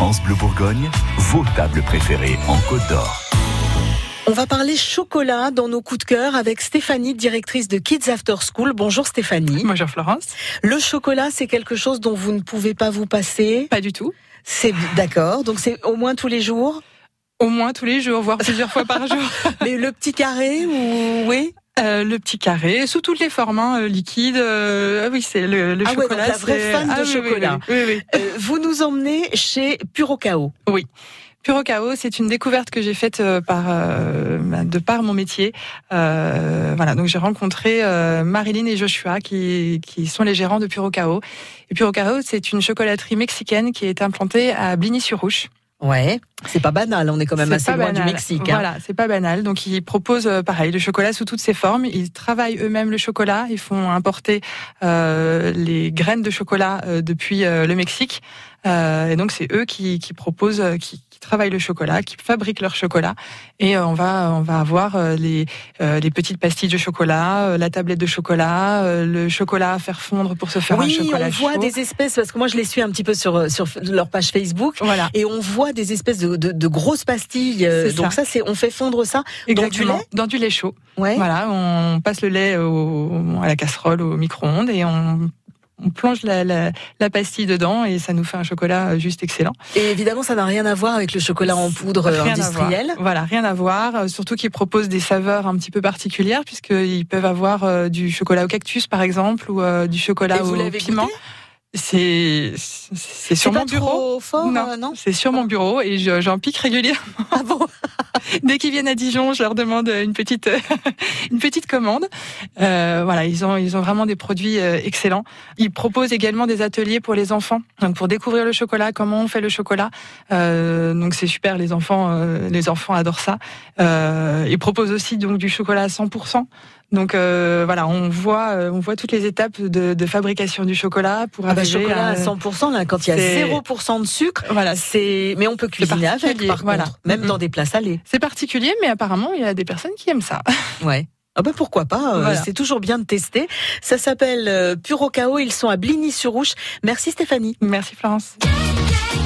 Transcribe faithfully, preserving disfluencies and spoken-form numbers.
France Bleu Bourgogne, vos tables préférées en Côte d'Or. On va parler chocolat dans nos coups de cœur avec Stéphanie, directrice de Kids After School. Bonjour Stéphanie. Bonjour Florence. Le chocolat, c'est quelque chose dont vous ne pouvez pas vous passer? Pas du tout. C'est d'accord, donc c'est au moins tous les jours? Au moins tous les jours, voire plusieurs fois par jour. Mais le petit carré ou oui? Euh, le petit carré, sous toutes les formes, hein, euh, liquide. Euh, oui, c'est le, le ah chocolat. Ouais, donc la vraie c'est... fan de ah, chocolat. Oui, oui, oui, oui. Euh, vous nous emmenez chez Purocao. Oui. Purocao, c'est une découverte que j'ai faite par euh, de par mon métier. Euh, voilà, donc j'ai rencontré euh, Marilyn et Joshua qui qui sont les gérants de Purocao. Et Purocao, c'est une chocolaterie mexicaine qui est implantée à Bligny-sur-Ouche. Ouais, c'est pas banal, on est quand même c'est assez loin banal. du Mexique. Hein. Voilà, c'est pas banal. Donc ils proposent euh, pareil le chocolat sous toutes ses formes. Ils travaillent eux-mêmes le chocolat. Ils font importer euh, les graines de chocolat euh, depuis euh, le Mexique. Euh, et donc c'est eux qui, qui proposent, euh, qui, qui travaillent le chocolat, qui fabriquent leur chocolat. Et euh, on va on va avoir euh, les euh, les petites pastilles de chocolat, euh, la tablette de chocolat, euh, le chocolat à faire fondre pour se faire oui, un chocolat on voit chaud. des espèces parce que moi je les suis un petit peu sur sur leur page Facebook. Voilà. Et on voit des espèces de, de, de grosses pastilles. C'est donc ça, ça c'est on fait fondre ça Exactement. dans du lait. Dans du lait chaud. Ouais. Voilà, on passe le lait au, à la casserole, au micro-ondes et on On plonge la, la, la pastille dedans et ça nous fait un chocolat juste excellent. Et évidemment, ça n'a rien à voir avec le chocolat en poudre rien industriel. Voilà, rien à voir. Surtout qu'ils proposent des saveurs un petit peu particulières puisqu'ils peuvent avoir euh, du chocolat au cactus par exemple ou euh, du chocolat et vous au piment. Goûté C'est c'est sur c'est mon pas bureau. Trop fort, non, euh, non c'est sur mon bureau et je, j'en pique régulièrement. Ah bon? Dès qu'ils viennent à Dijon, je leur demande une petite une petite commande. Euh, voilà, ils ont ils ont vraiment des produits euh, excellents. Ils proposent également des ateliers pour les enfants, donc pour découvrir le chocolat, comment on fait le chocolat. Euh, donc c'est super, les enfants euh, les enfants adorent ça. Euh, ils proposent aussi donc du chocolat à cent pour cent. Donc euh, voilà, on voit euh, on voit toutes les étapes de, de fabrication du chocolat pour ah bah, arriver chocolat à à cent pour cent là, quand il y a c'est... zéro pour cent de sucre. Voilà, c'est mais on peut cuisiner avec par voilà. contre, même mm-hmm. dans des plats salés. C'est particulier, mais apparemment il y a des personnes qui aiment ça. Ouais. Ah ben pourquoi pas, euh, voilà. C'est toujours bien de tester. Ça s'appelle euh, Purocao, ils sont à Bligny-sur-Ouche. Merci Stéphanie. Merci Florence.